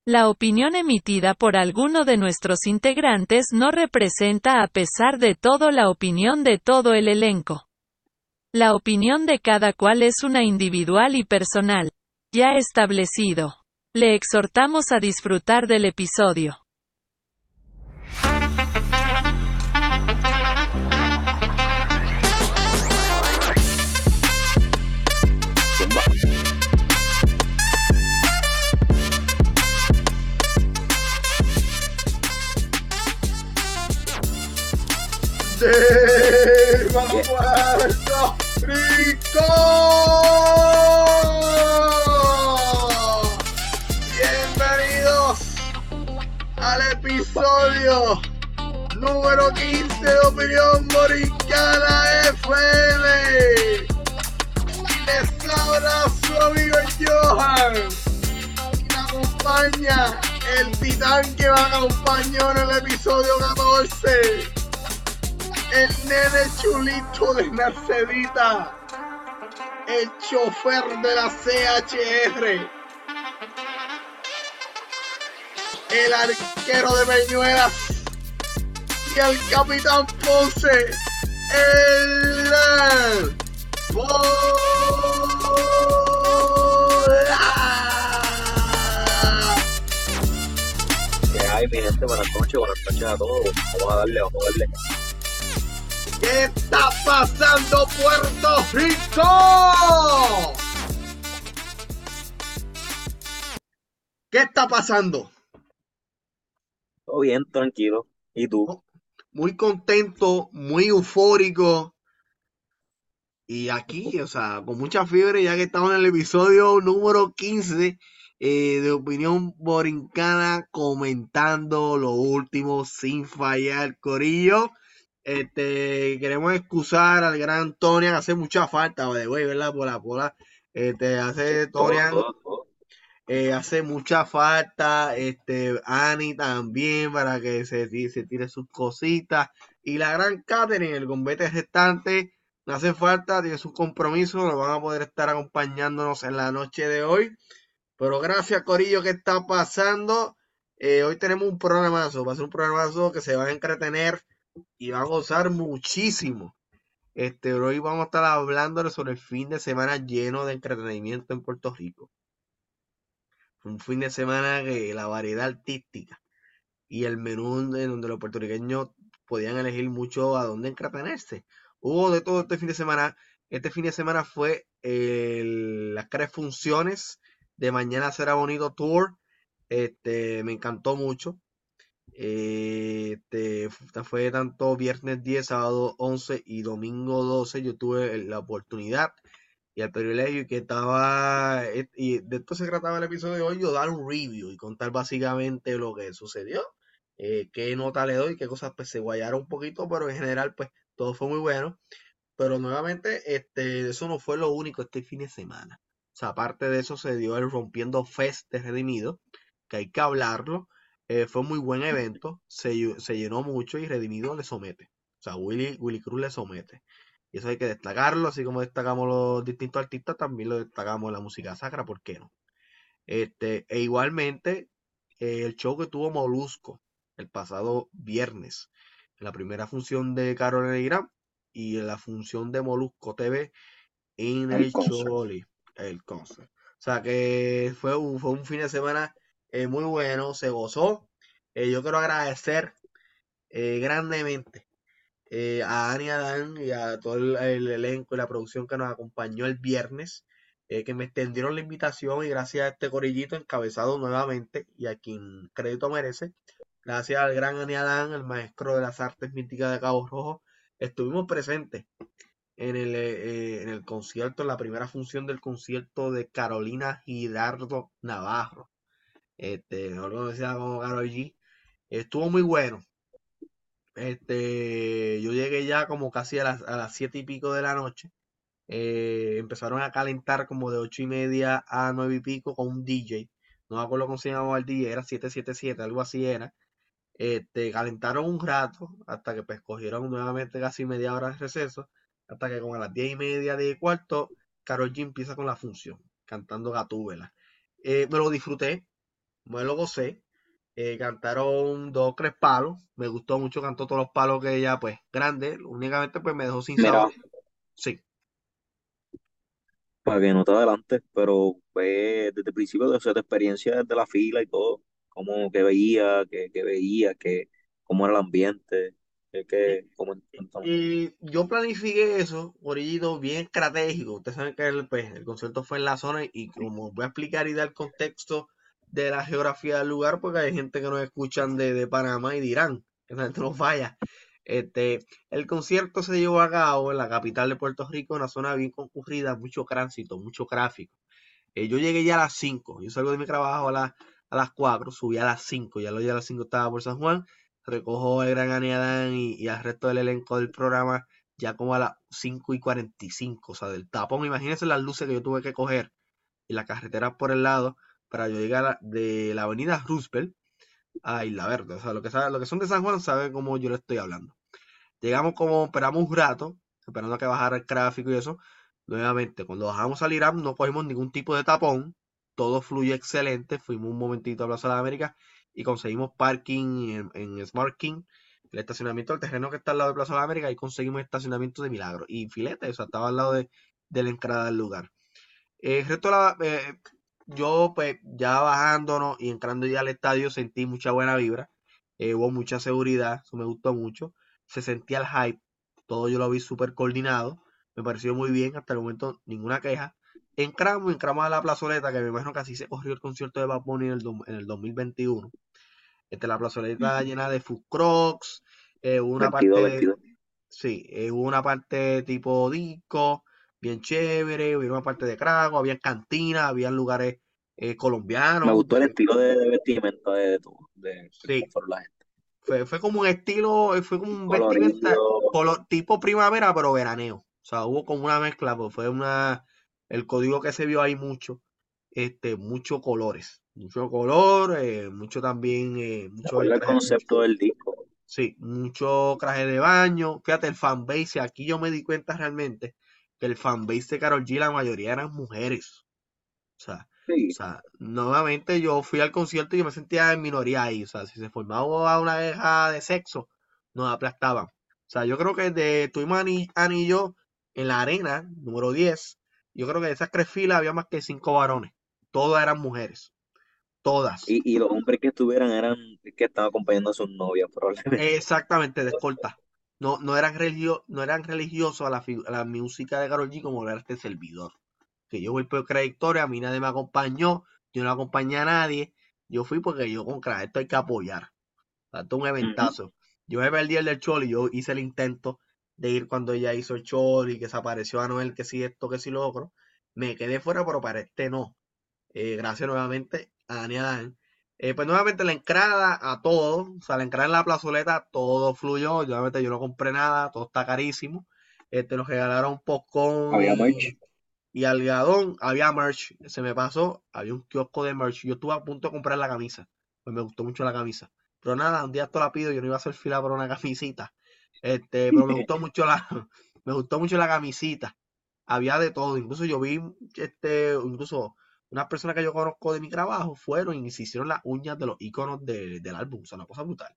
La opinión emitida por alguno de nuestros integrantes no representa a pesar de todo la opinión de todo el elenco. La opinión de cada cual es una individual y personal, ya establecido. Le exhortamos a disfrutar del episodio. ¡Vamos, Puerto Rico! Bienvenidos al episodio número 15 de Opinión Borincana FM. Les habla su amigo Johan. Y me acompaña el titán que me acompañó en el episodio 14. El nene chulito de Narcedita, el chofer de la CHR, el arquero de Peñuelas y el capitán Ponce, el Bola. ¿Qué hay, mi gente? Buenas noches a todos. Vamos a darle. ¿Qué está pasando, Puerto Rico? ¿Qué está pasando? Todo bien, tranquilo. ¿Y tú? Muy contento, muy eufórico. Y aquí, o sea, con mucha fiebre, ya que estamos en el episodio número 15 de Opinión Borincana, comentando lo último sin fallar, corillo. Queremos excusar al gran Tonian, hace mucha falta, güey, ¿verdad? Por hace Tonian, Todo. hace mucha falta, Ani también, para que se tire sus cositas. Y la gran Catherine, el gombete restante, no hace falta, tiene sus compromisos, no van a poder estar acompañándonos en la noche de hoy. Pero gracias, corillo, ¿qué está pasando? Hoy tenemos un programazo, va a ser un programazo que se va a entretener y va a gozar muchísimo. Hoy vamos a estar hablando sobre el fin de semana lleno de entretenimiento en Puerto Rico. Un fin de semana que la variedad artística y el menú en donde los puertorriqueños podían elegir mucho a dónde entretenerse. Hubo de todo este fin de semana. Este fin de semana fue las 3 funciones de Mañana Será Bonito Tour. Me encantó mucho. Fue tanto viernes 10, sábado 11 y domingo 12. Yo tuve la oportunidad y el privilegio que estaba, y de esto se trataba el episodio de hoy, yo dar un review y contar básicamente lo que sucedió, qué nota le doy, qué cosas pues se guayaron un poquito, pero en general pues todo fue muy bueno. Pero nuevamente, eso no fue lo único este fin de semana. O sea, aparte de eso se dio el Rompiendo Fest de Redimido, que hay que hablarlo. Fue un muy buen evento, se llenó mucho y Redimido le somete. O sea, Willy Cruz le somete. Y eso hay que destacarlo, así como destacamos los distintos artistas, también lo destacamos en la música sacra, ¿por qué no? E igualmente, el show que tuvo Molusco el pasado viernes, en la primera función de Carol Negrán y en la función de Molusco TV en el Choli, el concert. O sea que fue un fin de semana muy bueno, se gozó. Yo quiero agradecer grandemente a Ani Adán y a todo el elenco y la producción que nos acompañó el viernes, que me extendieron la invitación y gracias a este corillito encabezado nuevamente y a quien crédito merece, gracias al gran Ani Adán, el maestro de las artes místicas de Cabo Rojo, estuvimos presentes en el concierto, en la primera función del concierto de Carolina Girardo Navarro, mejor conocida como Karol G. Estuvo muy bueno. Yo llegué ya como casi a las 7 y pico de la noche. Empezaron a calentar como de 8:30 a 9 y pico con un DJ. No me acuerdo cómo se llamaba el DJ, era 777, algo así era. Calentaron un rato hasta que pues cogieron nuevamente casi media hora de receso. Hasta que como a las 10:30, 10:15, Karol G empieza con la función, cantando Gatúbela. Me lo disfruté, me lo gocé. Cantaron dos, tres palos. Me gustó mucho, cantó todos los palos que ella, pues, grande. Únicamente, pues, me dejó sin Mira, sabor. Sí. para que no te adelantes, pero fue desde el principio de, o sea, tu experiencia desde la fila y todo, cómo que veía, que veía, que cómo era el ambiente, cómo cuéntame. Y yo planifiqué eso, Orillito, bien estratégico. Ustedes saben que el concierto fue en la zona y como voy a explicar y dar contexto de la geografía del lugar, porque hay gente que nos escuchan de Panamá y dirán, que la gente no falla. El concierto se llevó a cabo en la capital de Puerto Rico, una zona bien concurrida, mucho tránsito, mucho tráfico. Yo llegué ya a las 5. Yo salgo de mi trabajo a las 4, subí a las 5. Ya lo llegué a las 5, estaba por San Juan. Recojo el gran Aniadán y al resto del elenco del programa ya como a las 5:45. O sea, del tapón. Imagínense las luces que yo tuve que coger y la carretera por el lado para yo llegar de la avenida Roosevelt a Isla Verde. O sea, lo que son de San Juan saben cómo yo le estoy hablando. Llegamos como, esperamos un rato, esperando a que bajara el tráfico y eso. Nuevamente, cuando bajamos al Irán no cogimos ningún tipo de tapón. Todo fluye excelente. Fuimos un momentito a Plaza de la América y conseguimos parking en Smart King. El estacionamiento del terreno que está al lado de Plaza de la América y conseguimos estacionamiento de milagro. Y filete, o sea, estaba al lado de la entrada del lugar. El resto de yo pues ya bajándonos y entrando ya al estadio sentí mucha buena vibra, hubo mucha seguridad, eso me gustó mucho, se sentía el hype, todo yo lo vi súper coordinado, me pareció muy bien, hasta el momento ninguna queja. Entramos a la plazoleta, que me imagino que así se corrió el concierto de Bad Bunny en el 2021. La plazoleta Ujú. llena de food trucks, hubo una 22, parte 22. sí, hubo una parte tipo disco, bien chévere, hubo una parte de Crago, había cantinas, había lugares Me colombianos, gustó el estilo de vestimenta de todo, de cómo sí, fueron la gente. fue como un estilo, fue como un vestimenta Colorido, tipo primavera, pero veraneo. O sea, hubo como una mezcla, pues el código que se vio ahí mucho, muchos colores, mucho color, mucho también, de mucho acuerdo al traje, concepto del disco. sí, mucho traje de baño. Fíjate, el fanbase, aquí yo me di cuenta realmente que el fanbase de Karol G, la mayoría eran mujeres. O Sí, sea, nuevamente yo fui al concierto y yo me sentía en minoría ahí. O sea, si se formaba una guerra de sexo, nos aplastaban. O sea, yo creo que tuvimos Ani y yo en la arena, número 10. Yo creo que de esas tres filas había más que cinco varones. Todas eran mujeres. Todas. y los hombres que estuvieran eran que estaban acompañando a sus novias, probablemente. Exactamente, de escolta. No eran religiosos a la música de Karol G como era este servidor. Que yo voy por trayectoria, a mí nadie me acompañó, yo no acompañé a nadie. Yo fui porque yo con esto hay que apoyar. Tanto un Ujú. eventazo. Yo me perdí el del Choli, yo hice el intento de ir cuando ella hizo el Choli, que se apareció a Noel, que sí esto, que sí lo otro. Me quedé fuera, pero para este no. Gracias nuevamente a Dani Adán. Pues nuevamente la entrada a todo, o sea, la entrada en la plazoleta, todo fluyó. Nuevamente yo no compré nada, todo está carísimo. Nos regalaron popcorn Había merch. y algodón, había merch, se me pasó, había un kiosco de merch. Yo estuve a punto de comprar la camisa, pues me gustó mucho la camisa. Pero nada, un día esto la pido, yo no iba a hacer fila por una camisita. Pero me gustó mucho me gustó mucho la camisita. Había de todo, incluso yo vi, incluso unas personas que yo conozco de mi trabajo fueron y se hicieron las uñas de los iconos del álbum, o sea, una cosa brutal.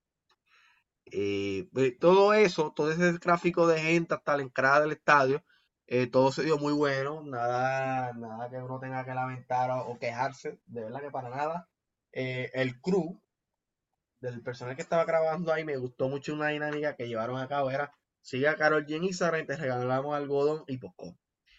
Todo eso, todo ese tráfico de gente hasta la entrada del estadio, todo se dio muy bueno, nada que uno tenga que lamentar o quejarse, de verdad que para nada. El crew del personal que estaba grabando ahí me gustó mucho una dinámica que llevaron a cabo, era sigue a Karol G en Instagram y te regalamos algodón y popcorn.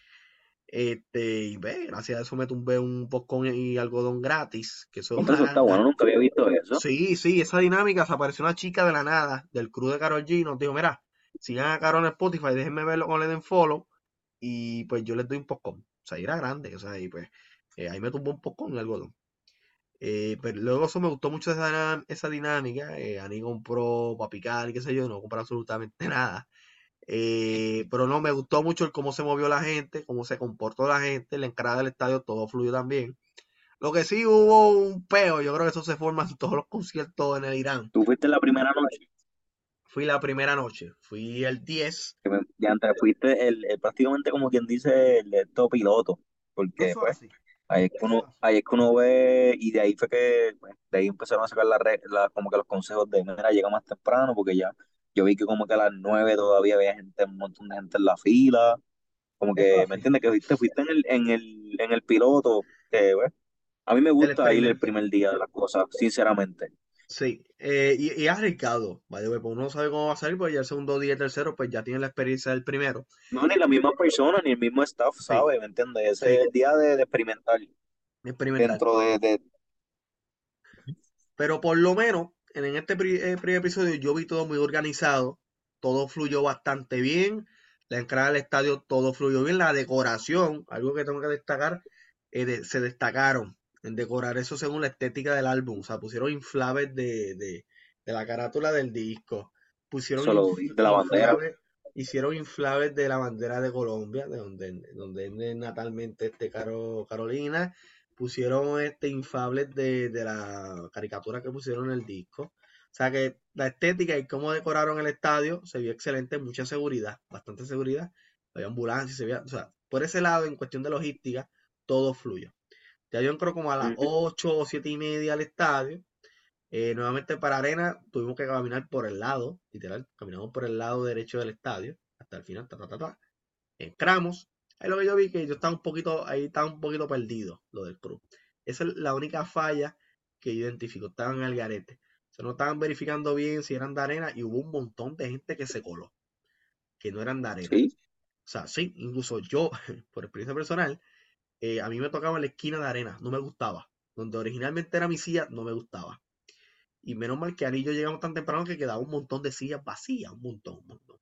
Y ve, gracias a eso me tumbé un popcorn y algodón gratis, que eso es Contra una eso está ganga. bueno, nunca había visto eso. Sí, sí, esa dinámica, se apareció una chica de la nada, del crew de Karol G, y nos dijo, mira, sigan a Karol en Spotify, déjenme verlo cuando le den follow, y pues yo les doy un poco. O sea, y era grande, o sea, y pues ahí me tumbó un poco en algodón. Pero luego eso me gustó mucho esa dinámica, Ani compró para picar y qué sé yo, no compró absolutamente nada. Pero no, me gustó mucho el cómo se movió la gente, cómo se comportó la gente, la entrada del estadio, todo fluyó también. Lo que sí hubo un peo, yo creo que eso se forma en todos los conciertos en el Irán. Tú fuiste la primera noche, Fui la primera noche, fui el 10. ya antes fuiste prácticamente como quien dice el de todo piloto, porque Eso pues así. Eso es ahí es que uno ve, y de ahí fue que, pues, de ahí empezaron a sacar como que los consejos de, mira, llega más temprano, porque ya, yo vi que como que a las 9 todavía había gente, un montón de gente en la fila, como eso es que, ¿me así. entiendes? Que fuiste en el piloto, que, bueno, a mí me El gusta ir el experimento. primer día de las cosas, sinceramente. Sí, y es arriesgado, vaya, pues uno no sabe cómo va a salir, pues ya el segundo día, el tercero, pues ya tiene la experiencia del primero. No, ni la misma persona, ni el mismo staff Sí, sabe, ¿me entiendes? Ese es sí, el día de experimentar experimental. dentro de Pero por lo menos en este primer episodio yo vi todo muy organizado, todo fluyó bastante bien, la entrada al estadio todo fluyó bien, la decoración, algo que tengo que destacar, se destacaron en decorar eso según la estética del álbum, o sea, pusieron inflables de la carátula del disco, pusieron solo de la bandera, inflables, hicieron inflables de la bandera de Colombia, donde es natalmente Carolina, pusieron infables de la caricatura que pusieron en el disco. O sea que la estética y cómo decoraron el estadio se vio excelente, mucha seguridad, bastante seguridad. Había ambulancias, se veía, o sea, por ese lado, en cuestión de logística, todo fluyó. Ya yo entró como a las ujú, 8 o 7 y media al estadio. Nuevamente para Arena tuvimos que caminar por el lado, literal, caminamos por el lado derecho del estadio hasta el final, ta, ta, ta, ta. Entramos. Ahí lo que yo vi que yo estaba un poquito, ahí estaba un poquito perdido lo del club. Esa es la única falla que yo identifico. Estaban en el garete. O sea, no estaban verificando bien si eran de arena y hubo un montón de gente que se coló, que no eran de arena. sí, O sea, sí, incluso yo, por experiencia personal, a mí me tocaba en la esquina de arena, no me gustaba. Donde originalmente era mi silla, no me gustaba. Y menos mal que Ari y yo llegamos tan temprano que quedaba un montón de sillas vacías, un montón, un montón.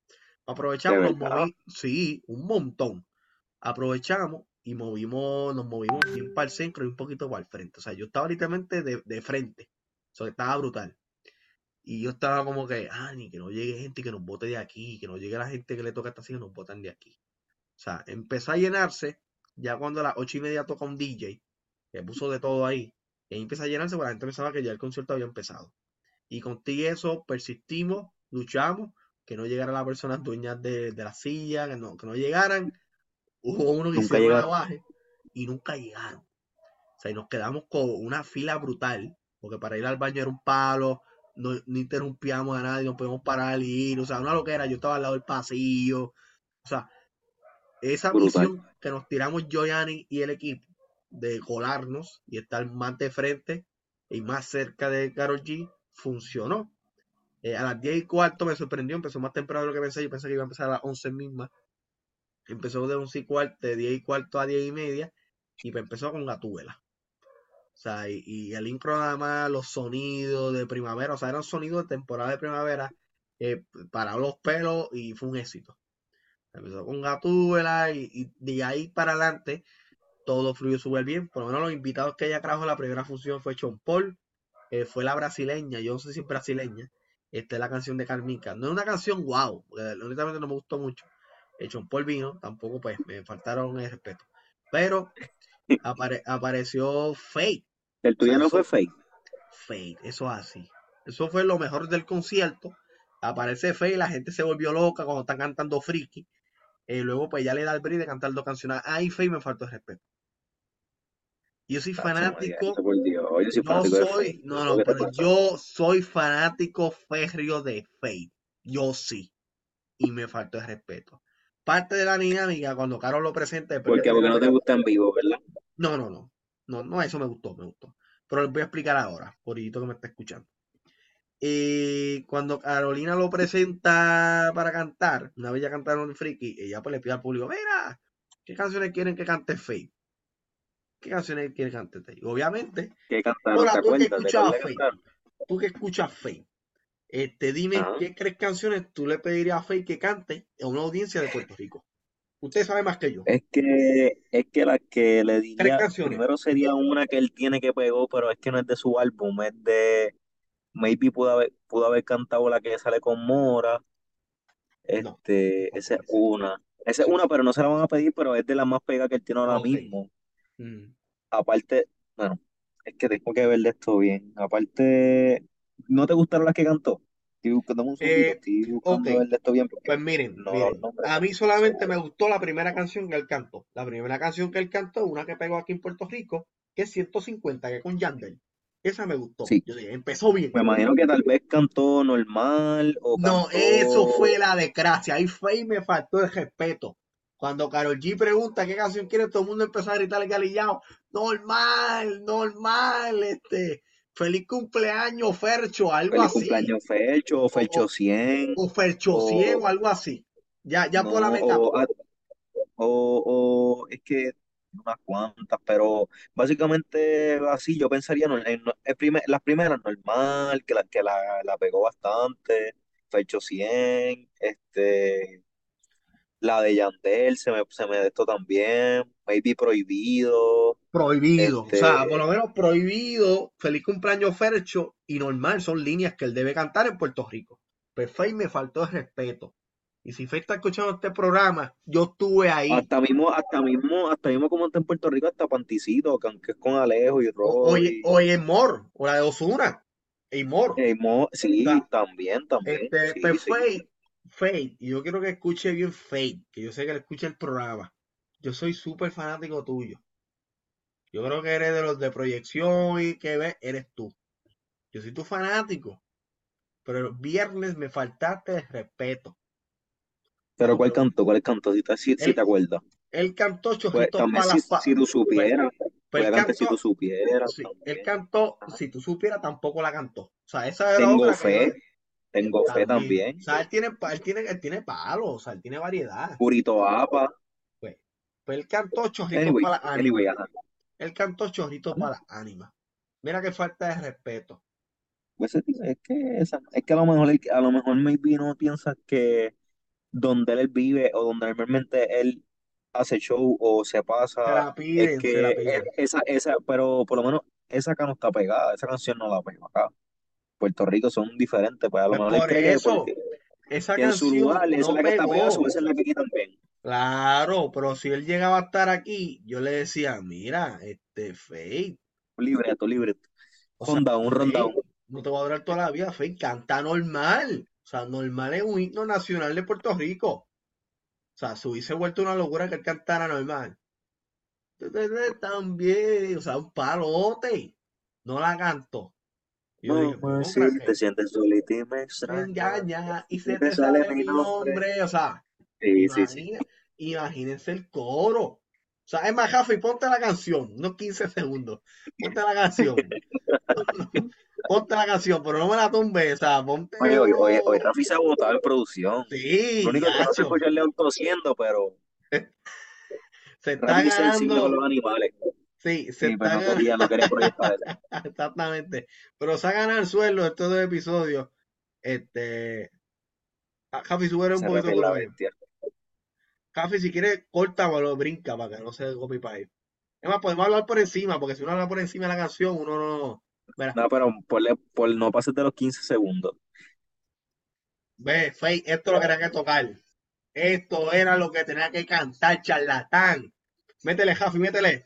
de Aprovechamos, nos verdad, moví, sí, un montón. Aprovechamos y nos movimos bien para el centro y un poquito para el frente. O sea, yo estaba literalmente de frente. O sea, estaba brutal. Y yo estaba como que, ni que no llegue gente que nos bote de aquí, que no llegue la gente que le toca esta silla y nos botan de aquí. O sea, empezó a llenarse ya cuando a las 8:30 toca un DJ, que puso de todo ahí. Y ahí empezó a llenarse porque la gente pensaba que ya el concierto había empezado. Y con ti eso persistimos, luchamos, que no llegaran las personas dueñas de la silla, que no llegaran. Hubo uno que nunca hicieron el llegaron, aguaje y nunca llegaron. O sea, y nos quedamos con una fila brutal, porque para ir al baño era un palo, no interrumpíamos a nadie, no podíamos parar y ir, o sea, una loquera, yo estaba al lado del pasillo, o sea, esa brutal. misión que nos tiramos Joyanni y el equipo de colarnos y estar más de frente y más cerca de Karol G, funcionó. A las 10:15 me sorprendió, empezó más temprano de lo que pensé, yo pensé que iba a empezar a las 11 mismas, empezó de 11:15, de 10:15 a 10:30, y pues empezó con Gatúbela. O sea, y el intro nada más, los sonidos de primavera, o sea, eran sonidos de temporada de primavera, paró los pelos y fue un éxito. Empezó con Gatúbela y de ahí para adelante todo fluyó súper bien. Por lo menos los invitados que ella trajo la primera función fue Sean Paul, fue la brasileña, yo no sé si es brasileña, esta es la canción de Carmica. No es una canción wow, porque honestamente no me gustó mucho. Sean Paul vino, tampoco pues me faltaron el respeto. Pero apareció Fate. El O sea, tuyo no fue eso, fake. Fate, eso así. Eso fue lo mejor del concierto. Aparece Fate, la gente se volvió loca cuando están cantando Friki. Luego pues ya le da el brillo de cantar dos canciones. Ahí Fate me faltó el respeto. Yo soy Tacho, no me digas eso fanático, por Dios. Yo soy fanático de fake. no, ¿Qué no, te pero pasa? yo soy fanático férreo de Fate. Yo sí. Y me faltó el respeto. Parte de la dinámica, cuando Carol lo presenta, después que Porque termina no te gusta en vivo, ¿verdad? no, no, no. No, no, eso me gustó, me gustó. Pero les voy a explicar ahora, por que me está escuchando. Cuando Carolina lo presenta para cantar, una vez ya cantaron el Friki, ella pues le pide al público, mira, ¿qué canciones quieren que cante Faye? ¿Qué canciones quieren que cante Faye? Obviamente, ¿Qué cantaron? hola, ¿Te tú que acuerdas? ¿De cuál escuchabas le Faye, cantaron? tú que escuchas Faye, dime Ajá. qué tres canciones tú le pedirías a Faye que cante a una audiencia de Puerto Rico. Usted sabe más que yo. Es que la que le Tres diría canciones. primero sería una que él tiene que pegó, pero es que no es de su álbum, es de maybe pudo haber cantado la que sale con Mora. No, tampoco Esa es es. una. Esa es Sí, una, pero no se la van a pedir, pero es de las más pegas que él tiene ahora ok. mismo. Mm. Aparte, bueno, es que tengo que ver de esto bien. Aparte, ¿no te gustaron las que cantó? Estoy buscando un segundito, Eh, estoy ok, buscando el de esto bien porque pues miren, no los miren, nombres a no mí sé solamente me cuál. gustó la primera canción que él cantó. La primera canción que él cantó, una que pegó aquí en Puerto Rico, que es 150, que es con Yandel. Esa me gustó. Sí, Yo dije, empezó bien. me imagino que tal vez cantó normal o No, eso cantó fue la desgracia. Ahí fue y me faltó el respeto. Cuando Karol G pregunta qué canción quiere, todo el mundo empezó a gritarle galillado. Normal, normal, feliz cumpleaños, Fercho, algo feliz así. cumpleaños Fecho o O, Fecho o, 100 o Fercho 100 o o algo así. Ya por la no, me tapó. o es que unas cuantas, pero básicamente así yo pensaría las primeras normal, la pegó bastante, Fecho 100 la de Yandel se me de esto también, Maybe Prohibido, Prohibido. O sea, por este, lo menos prohibido, feliz cumpleaños, Fercho y normal son líneas que él debe cantar en Puerto Rico. Pues Faye me faltó el respeto. Y si Faye está escuchando este programa, yo estuve ahí. hasta mismo como está en Puerto Rico, hasta Panticito, que aunque es con Alejo y Oye, Roy, oye, Mor, o la de Ozuna, Mor. O sí, sea, también, sí, pues sí. Fate, y yo quiero que escuche bien Fate, que yo sé que le escucha el programa. Yo soy súper fanático tuyo. Yo creo que eres de los de proyección y que ves, eres tú. Yo soy tu fanático, pero el viernes me faltaste de respeto. Pero Mano, ¿cuál pero cantó? ¿Cuál cantó? Si te él, acuerdas. él cantó Pues Chorritos también para si, las si tú pues, supieras, pues voy él a cantar si tú cantó, supieras sí, él también. cantó, Ajá. si tú supieras, tampoco la cantó. O sea, esa era Tengo otra que yo fe, tengo fe también. O también. sea, él tiene palo, o sea, él tiene variedad. Purito Apa. Pues, pues él cantó Chorritos Anyway, para las anyway, ánimas. ajá. Él cantó Chorritos para las ánimas. Mira qué falta de respeto. Pues es que a lo mejor maybe no piensas que donde él vive o donde normalmente él hace show o se Se pasa, la es piden, se la que piden. pero por lo menos esa acá no está pegada, esa canción no la pegó acá. Puerto Rico son diferentes, pues a lo Pues mejor él por cree que porque eso, esa que en su canción lugar esa es no la que está pegada, esa pegó. es la que aquí también. Claro, pero si él llegaba a estar aquí, yo le decía, mira, Fate, Libreto, libreto. o sea, Rundown, un rundown. Fate, no te va a durar toda la vida, Fate, canta normal. O sea, normal es un himno nacional de Puerto Rico. O sea, se hubiese vuelto una locura que él cantara normal. También, o sea, un palote. No la cantó. Y yo dije, pero Mamá, ¿cómo si crees te que sientes solita y me me extraña, engaña y y se te te sale sale mi mi nombre. nombre? O sea, Sí, sí, sí. imagina, imagínense el coro. O sea, es más, Jafi, ponte la canción, unos 15 segundos. Ponte la canción. Ponte la canción, pero no me la tumbes. O sea, ponte Oye, oye, oye, oye, uno. Rafi se ha botado en producción. Lo Sí, único que no se gacho. escucha es León tosiendo, pero Se está Rafi es sensible con ganando. los animales. Sí, se Sí, pues está no ganando. quería, no quería proyectar eso. Exactamente. Pero se ha ganado el sueldo de estos dos episodios. Jafi, sube un Ese poquito Rafi el es la volumen. bestia. Jafi, si quieres, corta o lo brinca para que no se copy paste. Es más, podemos hablar por encima, porque si uno habla por encima de la canción, uno no. Mira, No, pero no pases de los 15 segundos. ve, Faye, esto lo que tenía que tocar. Esto era lo que tenía que cantar, charlatán. Métele, Jafi, métele.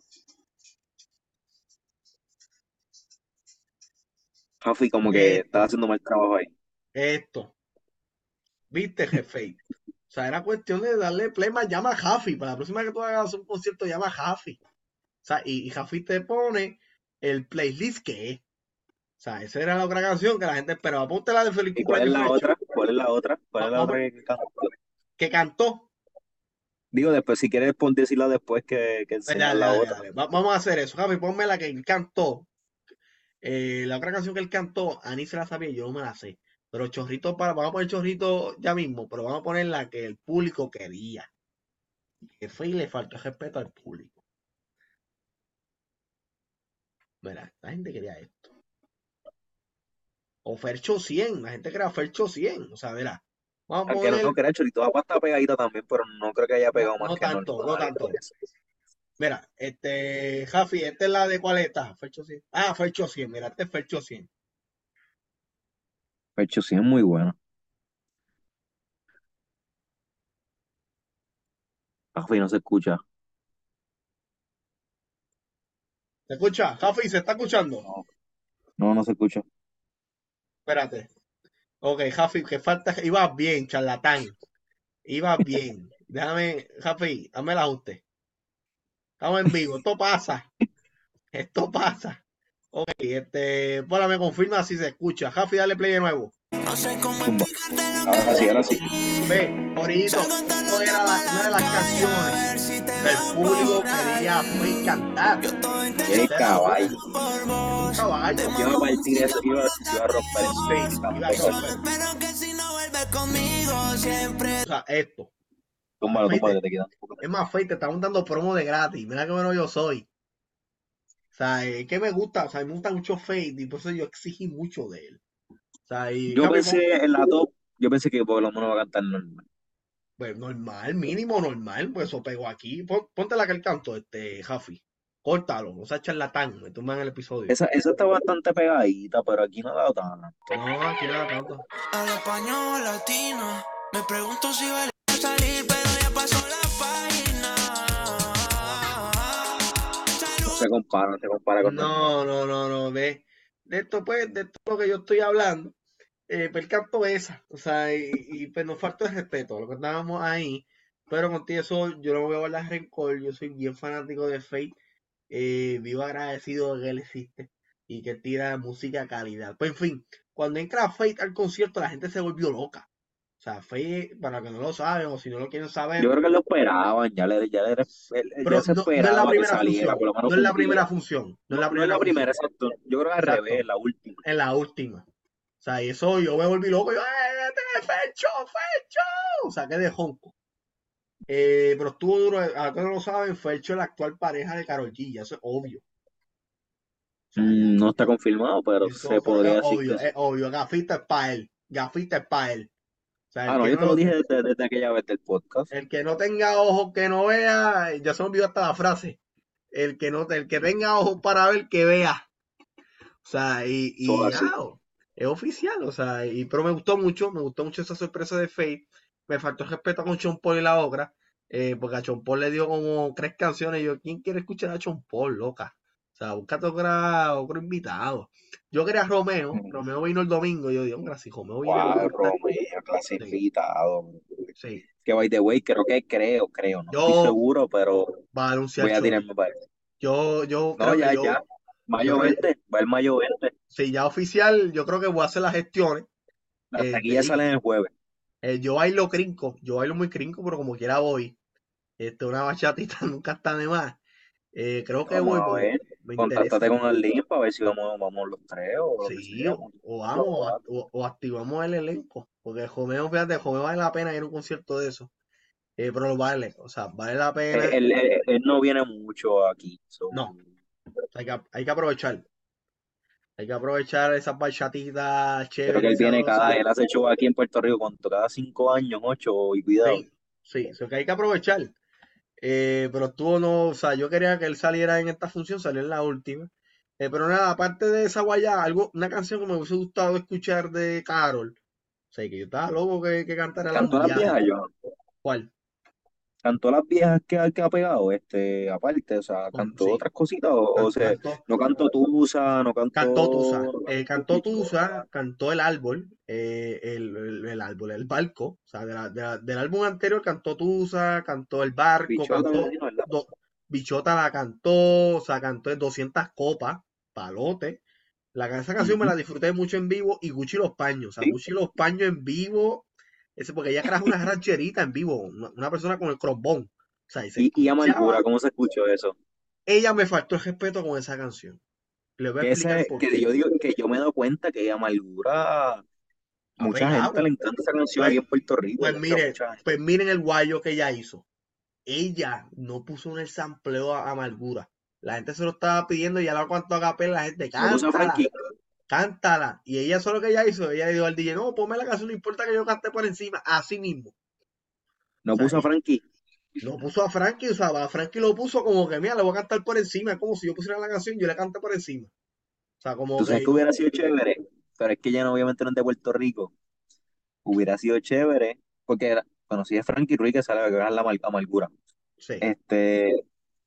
Rafi como que estaba Esto, haciendo mal trabajo ahí. esto. ¿Viste, jefe? O sea, era cuestión de darle play más, llama a Jafi. Para la próxima que tú hagas un concierto, llama a Jafi. O sea, y Jafi te pone el playlist que es. O sea, esa era la otra canción que la gente esperaba. Ponte la de Feliz ¿Y cuál es Cumpleaños la Fercho. otra? ¿Cuál es la otra? ¿Cuál es la Vamos, otra que cantó? que cantó. Digo, después, si quieres, decirla después que enseñar Dale, la dale, otra. dale. Vamos a hacer eso. Javi, ponme la que él cantó. La otra canción que él cantó, Ani se la sabía, yo no me la sé. Pero Chorrito vamos a poner Chorrito ya mismo, pero vamos a poner la que el público quería. Que fue y le faltó respeto al público. Mira, la gente quería esto. O Fercho 100, la gente quería Fercho 100. O sea, verá, vamos a Aunque no poner, crea, Chorito Papá está pegadita también, pero no creo que haya no, pegado más no que tanto, no normal y todo tanto. eso. Mira, Jafi, esta es la de cuál está, Fercho 100. Ah, Fercho 100, mira, este es Fercho 100. Pecho sí es muy bueno. Rafi no se escucha. ¿Se escucha? Jafi, ¿se está escuchando? No, no, no se escucha. Espérate. Ok, Jafi, que falta, ibas bien, charlatán. Ibas bien. Déjame, Jafi, dame el ajuste. Estamos en vivo, esto pasa. Esto pasa. Ok, Pola me confirma si se escucha. Jafi, dale play de nuevo. No sé cómo Zumba. explicarte lo que Ahora sí, ahora sí. sentí. Ve, ahorita, Salgo hasta esto los era todos una de las la calle a canciones ver si te que el veo público por quería fue ahí. cantar. Yo estoy Qué Esta era intensamente una. caballo. loco por Es un vos. Te caballo. Yo iba a mando un partir eso, besito iba a romper eso. Sí, iba a Tanto romper. eso. Espero que si no vuelves conmigo siempre. O sea, esto. Túmbalo, túmbalo, que Afeite. te quedan un poco. Es más, Feite, te estaban dando promo de gratis. Mira qué bueno yo soy. O sea, es que me gusta. O sea, me gusta mucho Fate y por eso yo exigí mucho de él. O sea, y Yo Javi, pensé en la top, yo pensé que por lo menos va a cantar normal. pues normal, mínimo normal. Pues eso pegó aquí. Ponte la que él cantó, Jafi. Córtalo, no seas charlatán. Me tumban el episodio. Esa está bastante pegadita, pero aquí no ha dado tanto. No, aquí nada tanto. Al español latino. Me pregunto si vale salir, pero ya pasó la página. No Salud. se compara, no se compara con normal. No, no, no, no. De esto, pues, de todo lo que yo estoy hablando. Pues el canto esa. O sea, pues nos falta el respeto a lo que estábamos ahí. Pero contigo eso, yo no voy a guardar rencor. Yo soy bien fanático de Fate. Vivo agradecido de que él existe y que tira música de calidad. Pues en fin, cuando entra Fate al concierto, la gente se volvió loca. O sea, Fate, para que no lo saben o si no lo quieren Yo saber, creo que lo esperaban, ya pero se no, no es la esperaba que primera saliera, función. por lo menos No es un la día. primera función. No es No, la no es primera la primera, función. exacto. Yo creo que al revés, Exacto. la última. En la última. O sea, y eso yo me volví loco. Yo, Fecho! ¡Fecho! O sea, que de jonco. Pero estuvo duro. A que no lo saben, Fecho es la actual pareja de Karol G. Ya eso es obvio. O sea, ya. No está confirmado, pero se Eso, pero podría decir que es sí. obvio, gafita es para él, gafita es para él. O sea, Ah, no, yo te lo dije desde aquella vez del podcast. el que no tenga ojos que no vea, ya se me olvidó hasta la frase. El que tenga ojos para ver que vea. O sea, Eso y ya, así. es oficial, o sea, pero me gustó mucho esa sorpresa de Fate. Me faltó el respeto con Sean Paul y la otra, porque a Sean Paul le dio como 3 canciones. Y yo, ¿quién quiere escuchar a Sean Paul, loca? O sea, búscate otro invitado. Yo quería a Romeo, Romeo vino el domingo. Y yo digo, gracias, Romeo viene, me va a Wow, cantar. Romeo, Sí, clasificado. sí. Que by the way, creo, no estoy Yo seguro, pero va a anunciar voy a Chori. tirarme para eso. Yo No, creo que ya. yo Mayo creo, 20, va el mayo 20. si ya oficial, yo creo que voy a hacer las gestiones. Las taquillas Y salen el jueves. yo bailo crinco, yo bailo muy crinco, pero como quiera voy. Una bachatita nunca está de más. Creo que Vamos voy a porque ver. me Contáctate interesa. con el link para ver si vamos los tres o lo que Sí, sea. o Los vamos, cuatro. o activamos el elenco. Porque Jomeo, fíjate, Jomeo vale la pena ir a un concierto de eso. Pero lo vale, o sea, vale la pena. Él no viene mucho aquí. No, hay que aprovechar. Hay que aprovechar esas bachatitas Creo que chéveres él y viene sabrosas. él hace show aquí en Puerto Rico cada 5 años, 8, y cuidado. Sí, sí, eso que hay que aprovechar. Pero estuvo no, o sea, yo quería que él saliera en esta función, salió en la última. Pero nada, aparte de esa guayá, una canción que me hubiese gustado escuchar de Carol. O sea, que yo estaba loco que cantara Las Cantó las Millajas. viejas, yo. ¿Cuál? Cantó las viejas que ha pegado, aparte, o sea, cantó Sí, otras cositas, o sea, cantó, no cantó Tusa, no cantó Tusa. cantó. Cantó Tusa, cantó El Árbol, el árbol, el barco. O sea, del álbum anterior cantó Tusa, cantó El Barco, Bichota me cantó dijo, ¿verdad? Bichota la cantó, o sea, cantó 200 copas, palote. Esa canción me Ujú. la disfruté mucho en vivo y Gucci Los Paños. O sea, Sí. Gucci Los Paños en vivo. Porque ella trajo una rancherita en vivo, una persona con el crombón. O sea, y se Y Amargura, escuchaba. ¿cómo se escuchó eso? Ella me faltó el respeto con esa canción. Le voy a explicar por Que qué. yo digo que yo me he dado cuenta que Amargura, Ha mucha gente pegado. le encanta esa canción aquí Pues, en Puerto Rico, mucha gente. pues miren el guayo que ella hizo. Ella no puso en el sampleo a Amargura. La gente se lo estaba pidiendo y ya la cuanto a capela, la gente, No puso a cántala, Frankie, cántala. Y ella solo que ella hizo, ella le dijo al DJ, no, ponme la canción, no importa que yo cante por encima, así mismo. O no sea, puso a Frankie. no puso a Frankie, o sea, a Frankie lo puso como que, mira, le voy a cantar por encima, es como si yo pusiera la canción, yo le canto por encima. O sea, como Tú sabes que que yo, hubiera sido chévere, pero es que ella no, obviamente no es de Puerto Rico. Hubiera sido chévere, porque bueno, si es Frankie Ruiz que sale a cagar la amargura. sí, Este,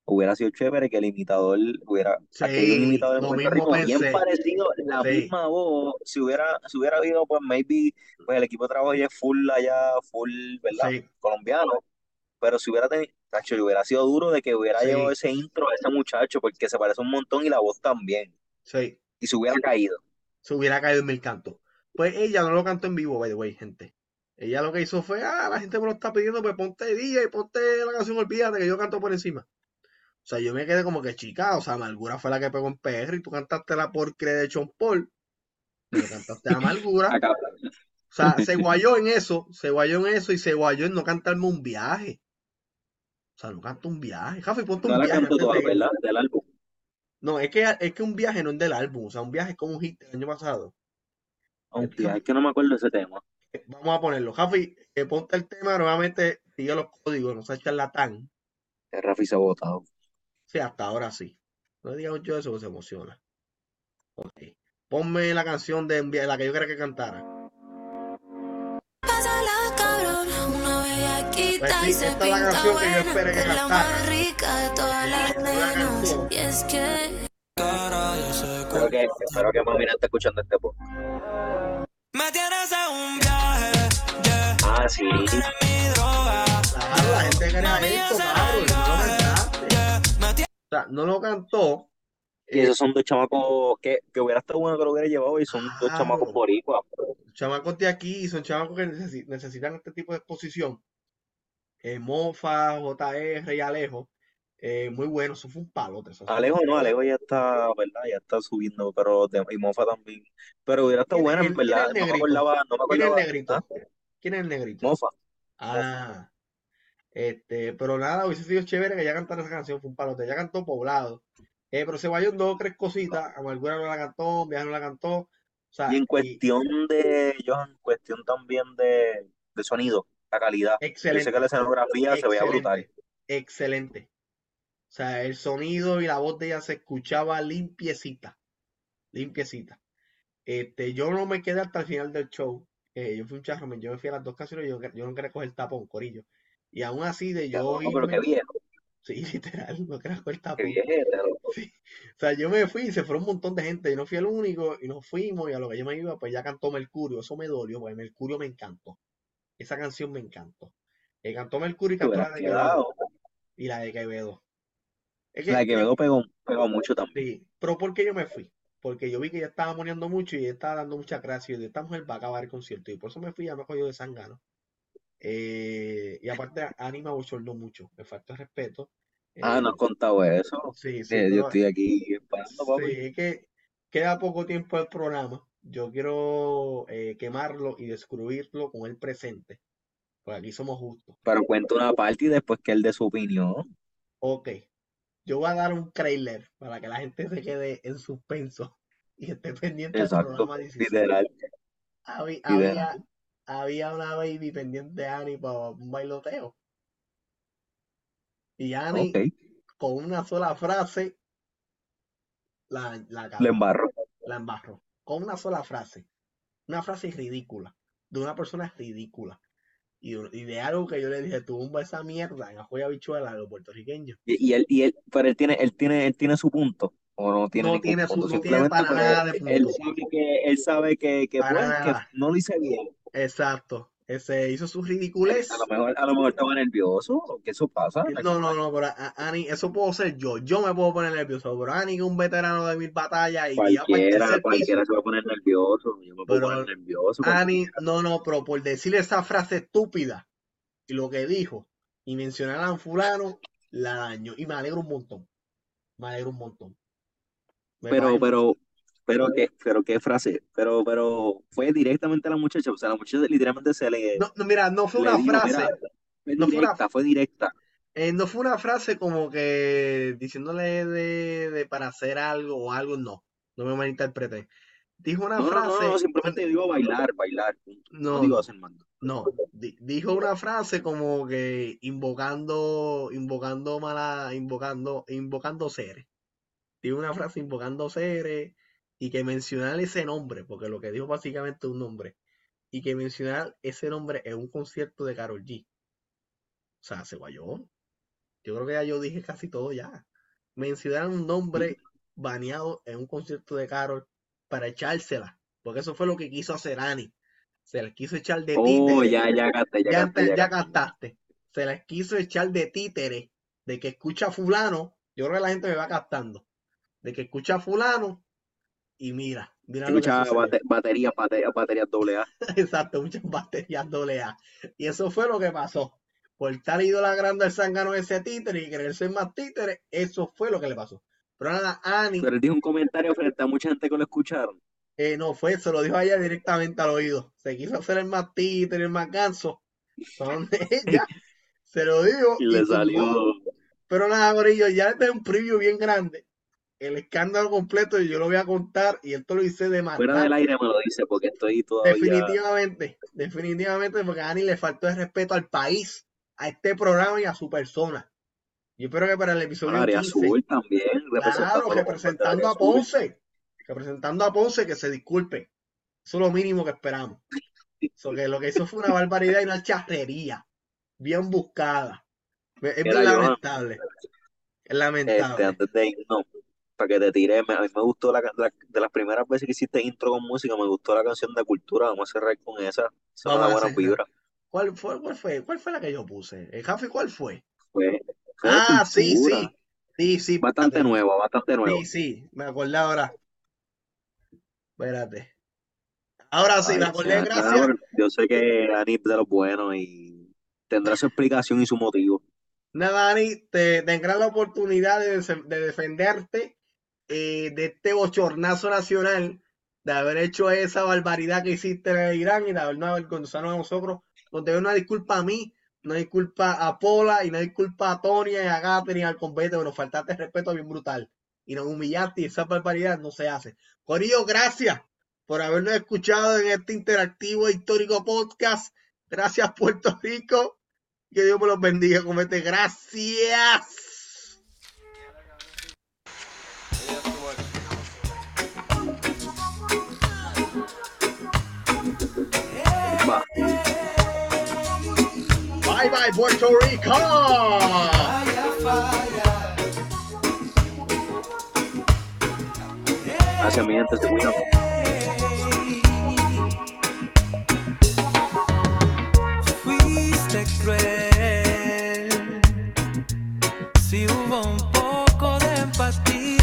Hubiera sido chévere que el imitador hubiera, aquí hay un Sí, imitador en lo Puerto mismo Rico bien pensé. parecido, la Sí, misma voz, si hubiera habido, pues maybe, pues el equipo de trabajo ya es full allá, full, ¿verdad? sí, Colombiano, pero si hubiera tenido, tacho, y hubiera sido duro de que hubiera llevado sí, ese intro a ese muchacho, porque se parece un montón y la voz también, sí. y se hubiera caído. Se hubiera caído en mil cantos. Pues ella no lo cantó en vivo, by the way, gente. Ella lo que hizo fue, la gente me lo está pidiendo, pues ponte DJ, ponte la canción, olvídate que yo canto por encima. O sea, yo me quedé como que chica, o sea, Amargura fue la que pegó en PR y tú cantaste la porquería de Sean Paul, pero cantaste Amargura. Acá. O sea, se guayó en eso, se guayó en eso y se guayó en no cantarme un viaje. O sea, no canta un viaje. Jafi, ponte No un la viaje canto antes toda, de irnos. ¿verdad? Del álbum. No, es que un viaje no es del álbum, o sea, un viaje es como un hit del año pasado. Aunque Jafi, es que no me acuerdo de ese tema. vamos a ponerlo. Jafi, ponte el tema nuevamente, sigue los códigos, no seas charlatán. Que Rafi se ha botado. Sí, hasta ahora sí. No diga mucho eso, que se emociona. Ok. Ponme la canción de la que yo quería que cantara. Pásala, cabrón, una Pues bellaquita y sí, se esta es la pinta canción que yo buena. esperé que Es la más cantara. rica de todas las No la nenas. cantó. Y es que cara, yo sé Espero que mami no esté escuchando este podcast. me tienes en un viaje, yeah. Ah, sí. Tú eres mi droga, Claro, la gente yeah. quería Mami, esto, ese es Carol, el y no lo viaje, cantaste. yeah. O sea, no lo cantó. Y esos son dos chamacos que hubiera estado bueno que lo hubiera llevado y son dos chamacos Claro. boricuas. Los chamacos de aquí son chamacos que necesitan este tipo de exposición. Mofa, JR y Alejo. Muy bueno, eso fue un palote. Eso fue Alejo no, Alejo ya está, ¿verdad? Ya está subiendo, pero y Mofa también. Pero hubiera estado bueno, en ¿Quién es verdad. el No me negrito? acordaba, no me ¿Quién es el acordaba. ¿Ah? negrito? ¿Quién es el negrito? Mofa, Mofa. Ah, pero nada, hubiese sido chévere que ya cantara esa canción, fue un palote. Ya cantó Poblado. Pero se vayó en dos o tres cositas. Amargura no la cantó, Viaje no la cantó. O Y sea, en y cuestión de, Johan, en cuestión también de sonido, la calidad. Yo sé que la excelente, escenografía se veía brutal. excelente, excelente. O sea, el sonido y la voz de ella se escuchaba limpiecita, limpiecita. Yo no me quedé hasta el final del show. Yo fui un charro, yo me fui a las dos canciones, yo no quería coger tapón, corillo. Y aún así de Ya, yo no, pero qué irme, viejo, sí, literal, no quería coger qué tapón. viejero. Sí. O sea, yo me fui y se fueron un montón de gente. Yo no fui el único y nos fuimos y a lo que yo me iba, pues ya cantó Mercurio. Eso me dolió, porque Mercurio me encantó. Esa canción me encantó. Cantó Mercurio y Te cantó hubieras la de Quevedo. quedado. Y la de Quevedo. Es La que, de Quevedo pegó mucho también. sí, pero ¿por qué yo me fui? Porque yo vi que ella estaba muriendo mucho y ella estaba dando mucha gracia. Y de esta mujer va a acabar el concierto. Y por eso me fui, ya me cogió de sangano. Y aparte, Annie me abochornó mucho. Me faltó el respeto. Ah, no has Eh, contado eso. sí, sí, Yo pero estoy aquí esperando, sí, papi. es que queda poco tiempo del programa. Yo quiero quemarlo y destruirlo con el presente. Pues aquí somos justos. Pero cuento una parte y después que él dé su opinión. Ok, yo voy a dar un trailer para que la gente se quede en suspenso y esté pendiente al Exacto. programa 16. Literal, Había, literal. había, había una baby pendiente de Annie para un bailoteo. Y Ok. Annie, con una sola frase, la Le acabó, embarro. la embarró. Con una sola frase. Una frase ridícula. De una persona ridícula. Y de algo que yo le dije, tú tumba esa mierda en ajoya bichuela a los puertorriqueños. Pero él tiene su punto. O no tiene No ningún tiene punto. no tiene Simplemente para pues nada de él punto. sabe que Para pues que nada. no lo hice bien. Exacto. Ese hizo su A lo ridiculez. mejor, a lo mejor estaba nervioso, que eso pasa, es No, no, normal. no, pero Ani, eso puedo ser yo. Yo me puedo poner nervioso. Pero Ani, que es un veterano de mil batallas y ya para el tercer Cualquiera piso. se va a poner nervioso. Yo me puedo poner Pero nervioso, Ani, cualquiera. no, no, pero por decirle esa frase estúpida y lo que dijo y mencionar a un fulano, la daño. Y me alegro un montón. Me alegro un montón. Me Pero, parece pero, pero qué frase. Pero fue directamente a la muchacha. O sea, la muchacha literalmente no, no, mira, no fue le una dijo, mira, frase, fue no fue una, directa, fue directa. no fue una frase como que diciéndole de para hacer algo o algo, no, no me malinterprete. Dijo una No, no, no, no, frase, simplemente digo bailar, bailar, punto. No no, digo no, hacer mando. no, dijo una frase como que invocando seres. Dijo una frase invocando seres y que mencionar ese nombre, porque lo que dijo básicamente es un nombre, y que mencionar ese nombre en un concierto de Karol G. O sea, se guayó. Yo creo que ya yo dije casi todo ya. Mencionaron un nombre baneado en un concierto de Karol para echársela. Porque eso fue lo que quiso hacer Ani. Se les quiso echar de títere. Ya captaste. Se les quiso echar de títere. De que escucha a fulano. Yo creo que la gente me va captando. De que escucha a fulano. Y mira lo que sucedió. baterías AA. Exacto, muchas baterías AA. Y eso fue lo que pasó. Por estar idolatrando al zángano de ese títere y querer ser más títere, eso fue lo que le pasó. Pero nada, Ani, Pero él dijo un comentario frente a mucha gente que lo escucharon. no fue, se lo dijo a ella directamente al oído. Se quiso hacer el más títere, el más ganso. Donde ella se lo dijo Y le tumbó. salió. Pero nada, Gorillo, ya este es un preview bien grande. El escándalo completo y yo lo voy a contar y esto lo hice de Fuera matar. del aire me lo dice porque estoy todavía. Definitivamente, porque a Ani le faltó el respeto al país, a este programa y a su persona. Yo espero que para el episodio Área 15, Azul también, claro, representando a Ponce, que se disculpe. Eso es lo mínimo que esperamos. So, que lo que hizo fue una barbaridad y una charrería bien buscada. Es bien lamentable. Es lamentable. Antes de irnos, para que te tire, a mí me gustó de las primeras veces que hiciste intro con música, me gustó la canción de Cultura, vamos a cerrar con esa me da buena vibra. ¿Cuál fue la que yo puse? ¿El Jafi cuál fue? Fue sí. Bastante nueva. Sí, me acordé ahora. Espérate. Ahora sí, me acordé, gracias. Yo sé que Ani es de los buenos y tendrá su explicación y su motivo. Nada, Ani, tendrás la oportunidad de defenderte de este bochornazo nacional, de haber hecho esa barbaridad que hiciste en Irán y de habernos avergonzado a nosotros. Donde una disculpa a mí, una disculpa a Pola y una disculpa a Tonia y a Catherine y al compete, pero nos faltaste respeto bien brutal. Y nos humillaste y esa barbaridad no se hace. Corillo, gracias por habernos escuchado en este interactivo e histórico podcast. Gracias, Puerto Rico. Que Dios me los bendiga, comete. Gracias. Bye bye, Puerto Rico. Hacia mi gente, se cuidan. Fuiste cruel.